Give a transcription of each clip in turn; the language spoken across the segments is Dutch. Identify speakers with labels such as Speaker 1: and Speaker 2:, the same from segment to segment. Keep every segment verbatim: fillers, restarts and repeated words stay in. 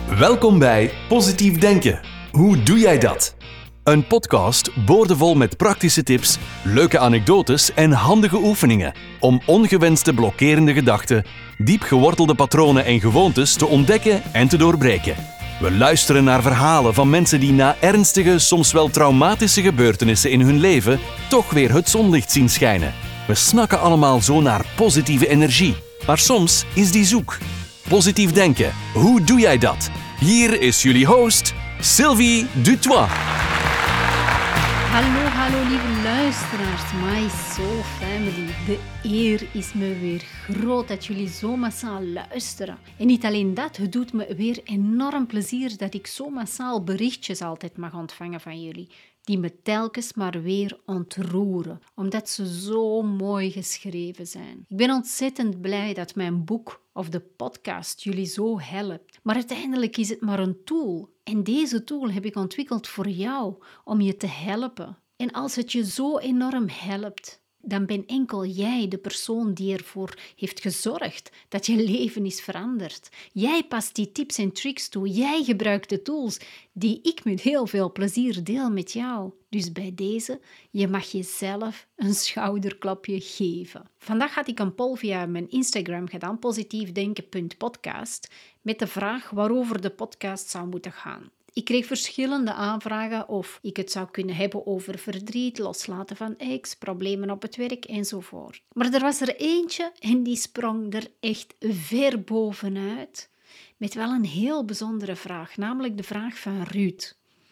Speaker 1: Welkom bij Positief Denken. Hoe doe jij dat? Een podcast boordevol met praktische tips, leuke anekdotes en handige oefeningen om ongewenste blokkerende gedachten, diep gewortelde patronen en gewoontes te ontdekken en te doorbreken. We luisteren naar verhalen van mensen die na ernstige, soms wel traumatische gebeurtenissen in hun leven toch weer het zonlicht zien schijnen. We snakken allemaal zo naar positieve energie, maar soms is die zoek. Positief denken, hoe doe jij dat? Hier is jullie host, Sylvie Dutoit.
Speaker 2: Hallo, hallo lieve luisteraars, my soul family. De eer is me weer groot dat jullie zo massaal luisteren. En niet alleen dat, het doet me weer enorm plezier dat ik zo massaal berichtjes altijd mag ontvangen van jullie. Die me telkens maar weer ontroeren, omdat ze zo mooi geschreven zijn. Ik ben ontzettend blij dat mijn boek of de podcast jullie zo helpt. Maar uiteindelijk is het maar een tool. En deze tool heb ik ontwikkeld voor jou, om je te helpen. En als het je zo enorm helpt, dan ben enkel jij de persoon die ervoor heeft gezorgd dat je leven is veranderd. Jij past die tips en tricks toe. Jij gebruikt de tools die ik met heel veel plezier deel met jou. Dus bij deze, je mag jezelf een schouderklopje geven. Vandaag had ik een poll via mijn Instagram gedaan, positiefdenken punt podcast, met de vraag waarover de podcast zou moeten gaan. Ik kreeg verschillende aanvragen of ik het zou kunnen hebben over verdriet, loslaten van ex, problemen op het werk enzovoort. Maar er was er eentje en die sprong er echt ver bovenuit met wel een heel bijzondere vraag, namelijk de vraag van Ruud.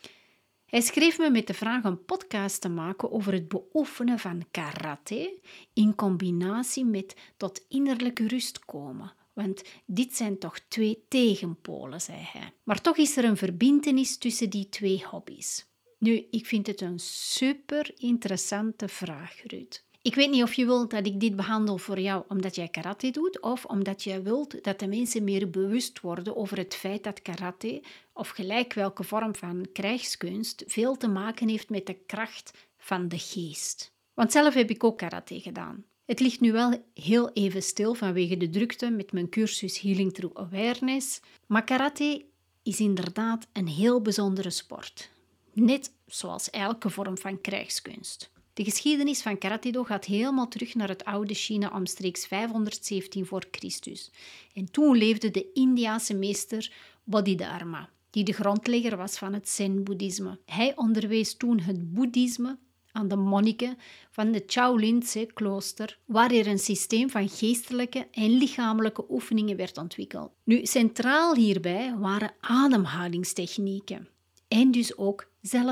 Speaker 2: Hij schreef me met de vraag een podcast te maken over het beoefenen van karate in combinatie met tot innerlijke rust komen. Want dit zijn toch twee tegenpolen, zei hij. Maar toch is er een verbintenis tussen die twee hobby's. Nu, ik vind het een super interessante vraag, Ruud. Ik weet niet of je wilt dat ik dit behandel voor jou omdat jij karate doet, of omdat jij wilt dat de mensen meer bewust worden over het feit dat karate, of gelijk welke vorm van krijgskunst, veel te maken heeft met de kracht van de geest. Want zelf heb ik ook karate gedaan. Het ligt nu wel heel even stil vanwege de drukte met mijn cursus Healing Through Awareness, maar karate is inderdaad een heel bijzondere sport. Net zoals elke vorm van krijgskunst. De geschiedenis van karate-do gaat helemaal terug naar het oude China omstreeks vijfhonderdzeventien voor Christus. En toen leefde de Indiase meester Bodhidharma, die de grondlegger was van het Zen-boeddhisme. Hij onderwees toen het boeddhisme aan de monniken van het Shaolin-klooster, waar er een systeem van geestelijke en lichamelijke oefeningen werd ontwikkeld. Nu, centraal hierbij waren ademhalingstechnieken en dus ook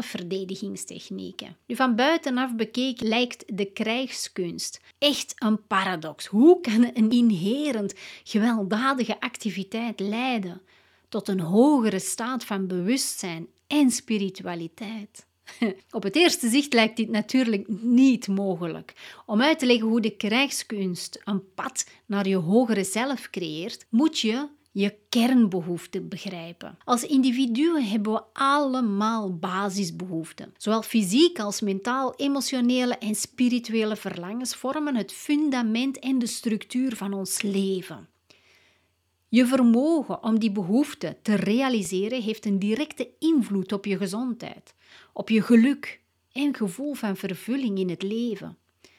Speaker 2: zelfverdedigingstechnieken. Nu, van buitenaf bekeken lijkt de krijgskunst echt een paradox. Hoe kan een inherent gewelddadige activiteit leiden tot een hogere staat van bewustzijn en spiritualiteit? Op het eerste zicht lijkt dit natuurlijk niet mogelijk. Om uit te leggen hoe de krijgskunst een pad naar je hogere zelf creëert, moet je je kernbehoeften begrijpen. Als individuen hebben we allemaal basisbehoeften. Zowel fysiek als mentaal, emotionele en spirituele verlangens vormen het fundament en de structuur van ons leven. Je vermogen om die behoeften te realiseren heeft een directe invloed op je gezondheid, op je geluk en gevoel van vervulling in het leven.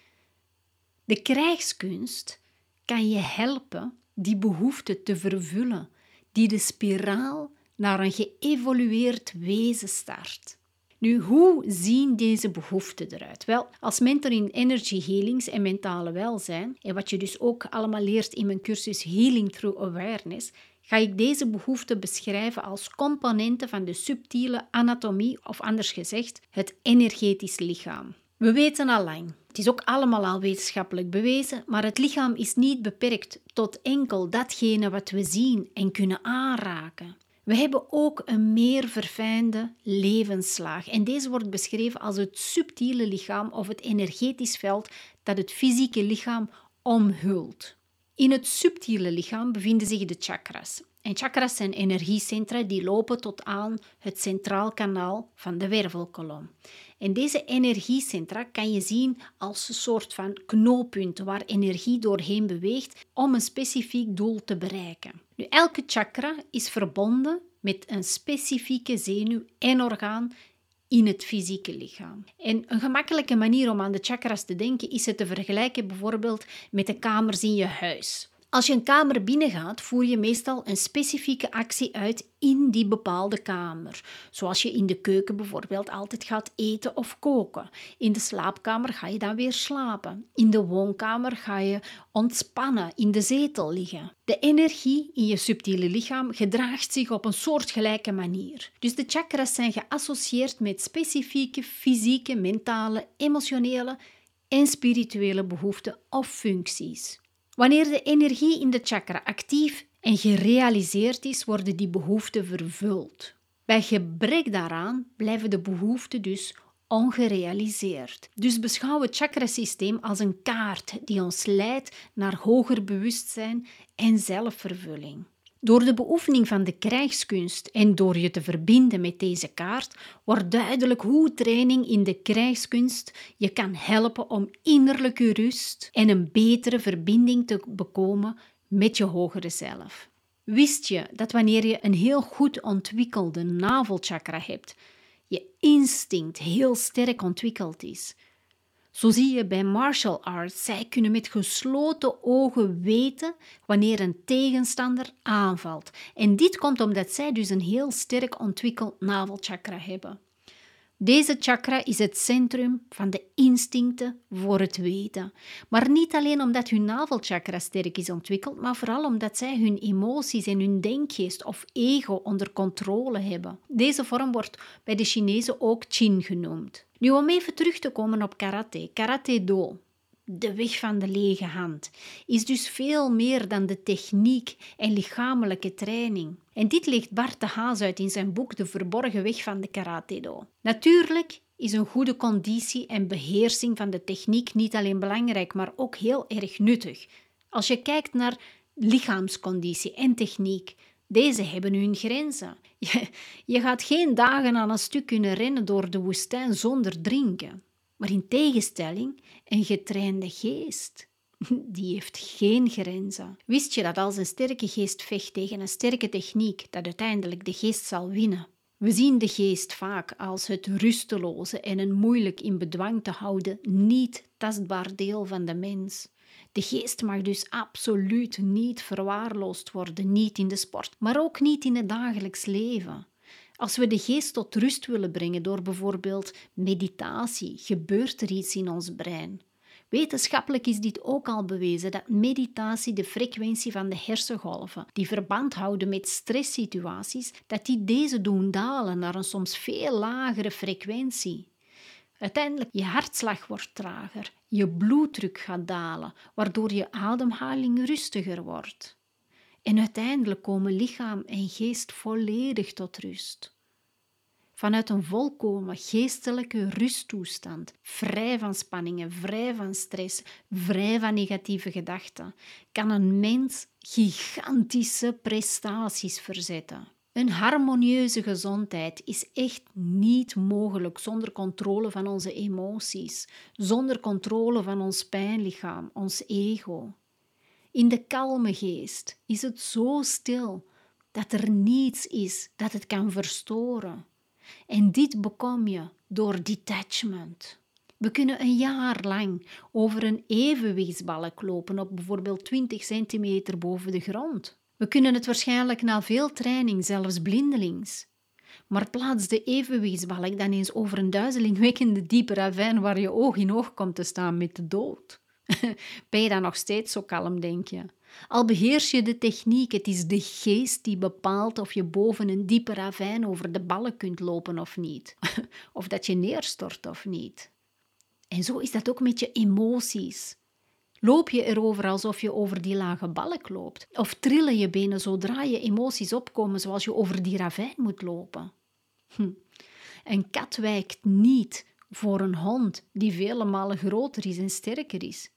Speaker 2: De krijgskunst kan je helpen die behoeften te vervullen, die de spiraal naar een geëvolueerd wezen start. Nu, hoe zien deze behoeften eruit? Wel, als mentor in energy healings en mentale welzijn, en wat je dus ook allemaal leert in mijn cursus Healing Through Awareness, ga ik deze behoeften beschrijven als componenten van de subtiele anatomie, of anders gezegd, het energetisch lichaam. We weten al lang, het is ook allemaal al wetenschappelijk bewezen, maar het lichaam is niet beperkt tot enkel datgene wat we zien en kunnen aanraken. We hebben ook een meer verfijnde levenslaag en deze wordt beschreven als het subtiele lichaam of het energetisch veld dat het fysieke lichaam omhult. In het subtiele lichaam bevinden zich de chakras. En chakras zijn energiecentra die lopen tot aan het centraal kanaal van de wervelkolom. En deze energiecentra kan je zien als een soort van knooppunten waar energie doorheen beweegt om een specifiek doel te bereiken. Nu, elke chakra is verbonden met een specifieke zenuw en orgaan in het fysieke lichaam. En een gemakkelijke manier om aan de chakras te denken is het te vergelijken bijvoorbeeld met de kamers in je huis. Als je een kamer binnengaat, voer je meestal een specifieke actie uit in die bepaalde kamer. Zoals je in de keuken bijvoorbeeld altijd gaat eten of koken. In de slaapkamer ga je dan weer slapen. In de woonkamer ga je ontspannen, in de zetel liggen. De energie in je subtiele lichaam gedraagt zich op een soortgelijke manier. Dus de chakras zijn geassocieerd met specifieke fysieke, mentale, emotionele en spirituele behoeften of functies. Wanneer de energie in de chakra actief en gerealiseerd is, worden die behoeften vervuld. Bij gebrek daaraan blijven de behoeften dus ongerealiseerd. Dus beschouw het chakrasysteem als een kaart die ons leidt naar hoger bewustzijn en zelfvervulling. Door de beoefening van de krijgskunst en door je te verbinden met deze kaart, wordt duidelijk hoe training in de krijgskunst je kan helpen om innerlijke rust en een betere verbinding te bekomen met je hogere zelf. Wist je dat wanneer je een heel goed ontwikkelde navelchakra hebt, je instinct heel sterk ontwikkeld is? Zo zie je bij martial arts, zij kunnen met gesloten ogen weten wanneer een tegenstander aanvalt. En dit komt omdat zij dus een heel sterk ontwikkeld navelchakra hebben. Deze chakra is het centrum van de instincten voor het weten. Maar niet alleen omdat hun navelchakra sterk is ontwikkeld, maar vooral omdat zij hun emoties en hun denkgeest of ego onder controle hebben. Deze vorm wordt bij de Chinezen ook Qin genoemd. Nu om even terug te komen op karate. Karate-do, de weg van de lege hand, is dus veel meer dan de techniek en lichamelijke training. En dit legt Bart de Haas uit in zijn boek De Verborgen Weg van de Karate-do. Natuurlijk is een goede conditie en beheersing van de techniek niet alleen belangrijk, maar ook heel erg nuttig. Als je kijkt naar lichaamsconditie en techniek, deze hebben hun grenzen. Je, je gaat geen dagen aan een stuk kunnen rennen door de woestijn zonder drinken. Maar in tegenstelling, een getrainde geest, die heeft geen grenzen. Wist je dat als een sterke geest vecht tegen een sterke techniek, dat uiteindelijk de geest zal winnen? We zien de geest vaak als het rusteloze en een moeilijk in bedwang te houden, niet tastbaar deel van de mens. De geest mag dus absoluut niet verwaarloosd worden, niet in de sport, maar ook niet in het dagelijks leven. Als we de geest tot rust willen brengen door bijvoorbeeld meditatie, gebeurt er iets in ons brein. Wetenschappelijk is dit ook al bewezen dat meditatie de frequentie van de hersengolven, die verband houden met stresssituaties, dat die deze doen dalen naar een soms veel lagere frequentie. Uiteindelijk, je hartslag wordt trager, je bloeddruk gaat dalen, waardoor je ademhaling rustiger wordt. En uiteindelijk komen lichaam en geest volledig tot rust. Vanuit een volkomen geestelijke rusttoestand, vrij van spanningen, vrij van stress, vrij van negatieve gedachten, kan een mens gigantische prestaties verzetten. Een harmonieuze gezondheid is echt niet mogelijk zonder controle van onze emoties, zonder controle van ons pijnlichaam, ons ego. In de kalme geest is het zo stil dat er niets is dat het kan verstoren. En dit bekom je door detachment. We kunnen een jaar lang over een evenwichtsbalk lopen op bijvoorbeeld twintig centimeter boven de grond. We kunnen het waarschijnlijk na veel training zelfs blindelings. Maar plaats de evenwichtsbalk dan eens over een duizelingwekkende diepe ravijn waar je oog in oog komt te staan met de dood. Ben je dan nog steeds zo kalm, denk je? Al beheers je de techniek, het is de geest die bepaalt of je boven een diepe ravijn over de balk kunt lopen of niet. Of dat je neerstort of niet. En zo is dat ook met je emoties. Loop je erover alsof je over die lage balk loopt? Of trillen je benen zodra je emoties opkomen zoals je over die ravijn moet lopen? Hm. Een kat wijkt niet voor een hond die vele malen groter is en sterker is.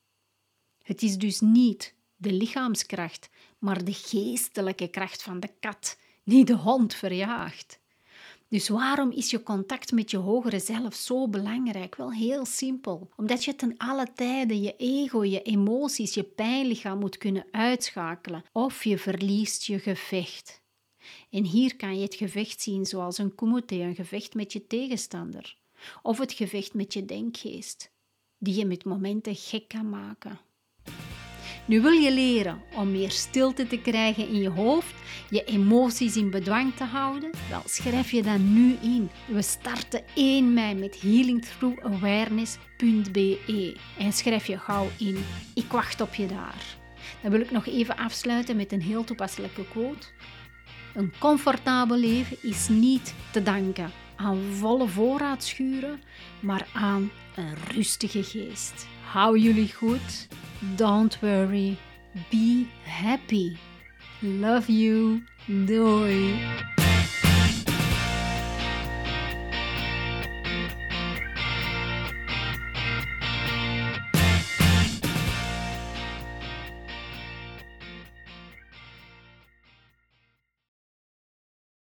Speaker 2: Het is dus niet de lichaamskracht, maar de geestelijke kracht van de kat die de hond verjaagt. Dus waarom is je contact met je hogere zelf zo belangrijk? Wel heel simpel. Omdat je ten alle tijde je ego, je emoties, je pijnlichaam moet kunnen uitschakelen. Of je verliest je gevecht. En hier kan je het gevecht zien zoals een kumite, een gevecht met je tegenstander. Of het gevecht met je denkgeest, die je met momenten gek kan maken. Nu wil je leren om meer stilte te krijgen in je hoofd, je emoties in bedwang te houden? Wel, schrijf je dan nu in. We starten één mei met healing through awareness punt b e en schrijf je gauw in. Ik wacht op je daar. Dan wil ik nog even afsluiten met een heel toepasselijke quote. Een comfortabel leven is niet te danken aan volle voorraadschuren, maar aan een rustige geest. Hou jullie goed. Don't worry. Be happy. Love you. Doei.